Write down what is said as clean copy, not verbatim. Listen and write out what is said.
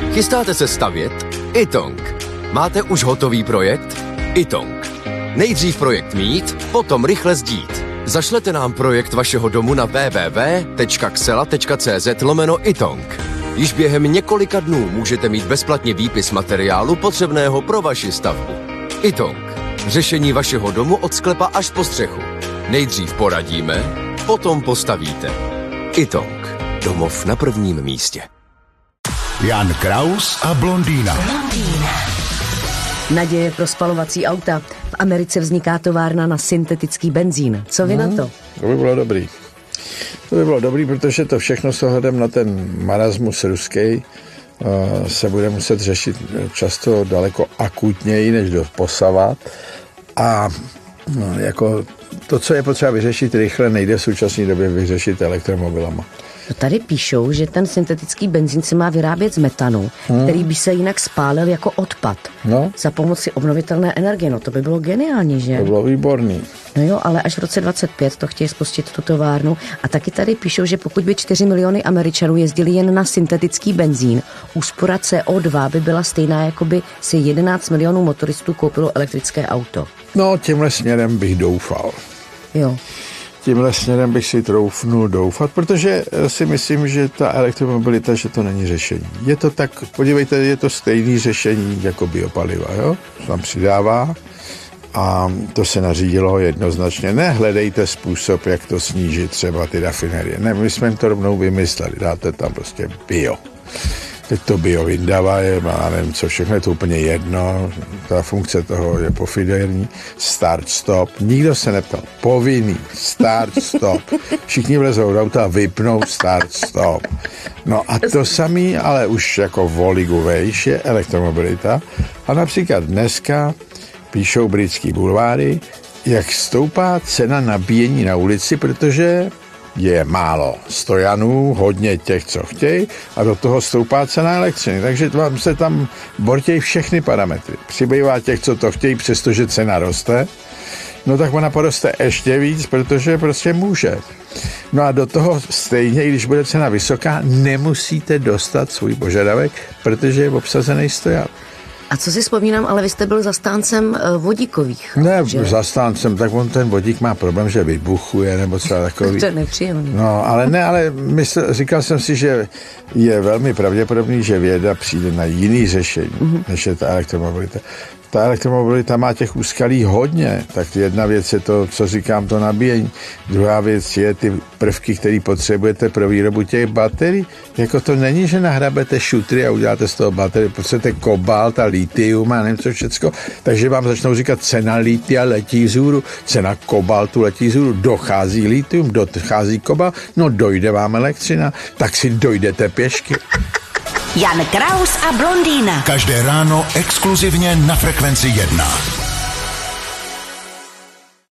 Chystáte se stavět? iTong. Máte už hotový projekt? iTong. Nejdřív projekt mít, potom rychle sdít. Zašlete nám projekt vašeho domu na www.xela.cz/iTong. Již během několika dnů můžete mít bezplatně výpis materiálu potřebného pro vaši stavbu. iTong. Řešení vašeho domu od sklepa až po střechu. Nejdřív poradíme, potom postavíte. iTong. Domov na prvním místě. Jan Kraus a blondýna. Naděje pro spalovací auta. V Americe vzniká továrna na syntetický benzín. Co vy na to? To by bylo dobrý. To by bylo dobrý, protože to všechno s ohledem na ten marasmus ruský se bude muset řešit často daleko akutněji než doposavat. A jako to, co je potřeba vyřešit rychle, nejde v současné době vyřešit elektromobilama. Tady píšou, že ten syntetický benzín se má vyrábět z metanu, který by se jinak spálil jako odpad. Za pomoci obnovitelné energie. No to by bylo geniální, že? To bylo výborný. No jo, ale až v roce 2025 to chtějí spustit tu továrnu. A taky tady píšou, že pokud by 4 miliony Američanů jezdili jen na syntetický benzín, úspora CO2 by byla stejná, jako by si 11 milionů motoristů koupilo elektrické auto. No, tímhle směrem bych doufal. Jo. Tímhle směrem bych si troufnul doufat, protože si myslím, že ta elektromobilita, že to není řešení. Je to tak, podívejte, je to stejné řešení jako biopaliva, jo? Tam přidává a to se nařídilo jednoznačně. Nehledejte způsob, jak to snížit, třeba ty rafinerie. Ne, my jsme to rovnou vymysleli, dáte tam prostě bio. Teď to bio vydává, já nevím, co všechno, je to úplně jedno, ta funkce toho je pofiderní, start, stop, nikdo se neptal, povinný, start, stop, všichni vlezou do auta a vypnou start, stop. No a to samý, ale už jako voligu vejš je elektromobilita a například dneska píšou britský bulváry, jak stoupá cena nabíjení na ulici, protože je málo stojanů, hodně těch, co chtějí, a do toho stoupá cena elektřiny. Takže vám se tam bortějí všechny parametry. Přibývá těch, co to chtějí, přestože cena roste, no tak ona poroste ještě víc, protože prostě může. No a do toho stejně, i když bude cena vysoká, nemusíte dostat svůj požadavek, protože je obsazený stojan. A co si vzpomínám, ale vy jste byl zastáncem vodíkových. Ne, že? Zastáncem, tak on ten vodík má problém, že vybuchuje, nebo třeba takový. To je nepříjemný. No, ale říkal jsem si, že je velmi pravděpodobný, že věda přijde na jiný řešení, než je ta elektromobilita. Ta elektromobilita má těch úskalí hodně, tak jedna věc je to, co říkám, to nabíjení. Druhá věc je ty prvky, které potřebujete pro výrobu těch baterií. Jako to není, že nahrabete šutry a uděláte z toho baterii. Potřebujete kobalt a litium a nevím co všecko. Takže vám začnou říkat, cena litia letí vzhůru, cena kobaltu letí vzhůru, dochází litium, dochází kobalt, no dojde vám elektřina, tak si dojdete pěšky. Jan Kraus a blondýna. Každé ráno exkluzivně na Frekvenci 1.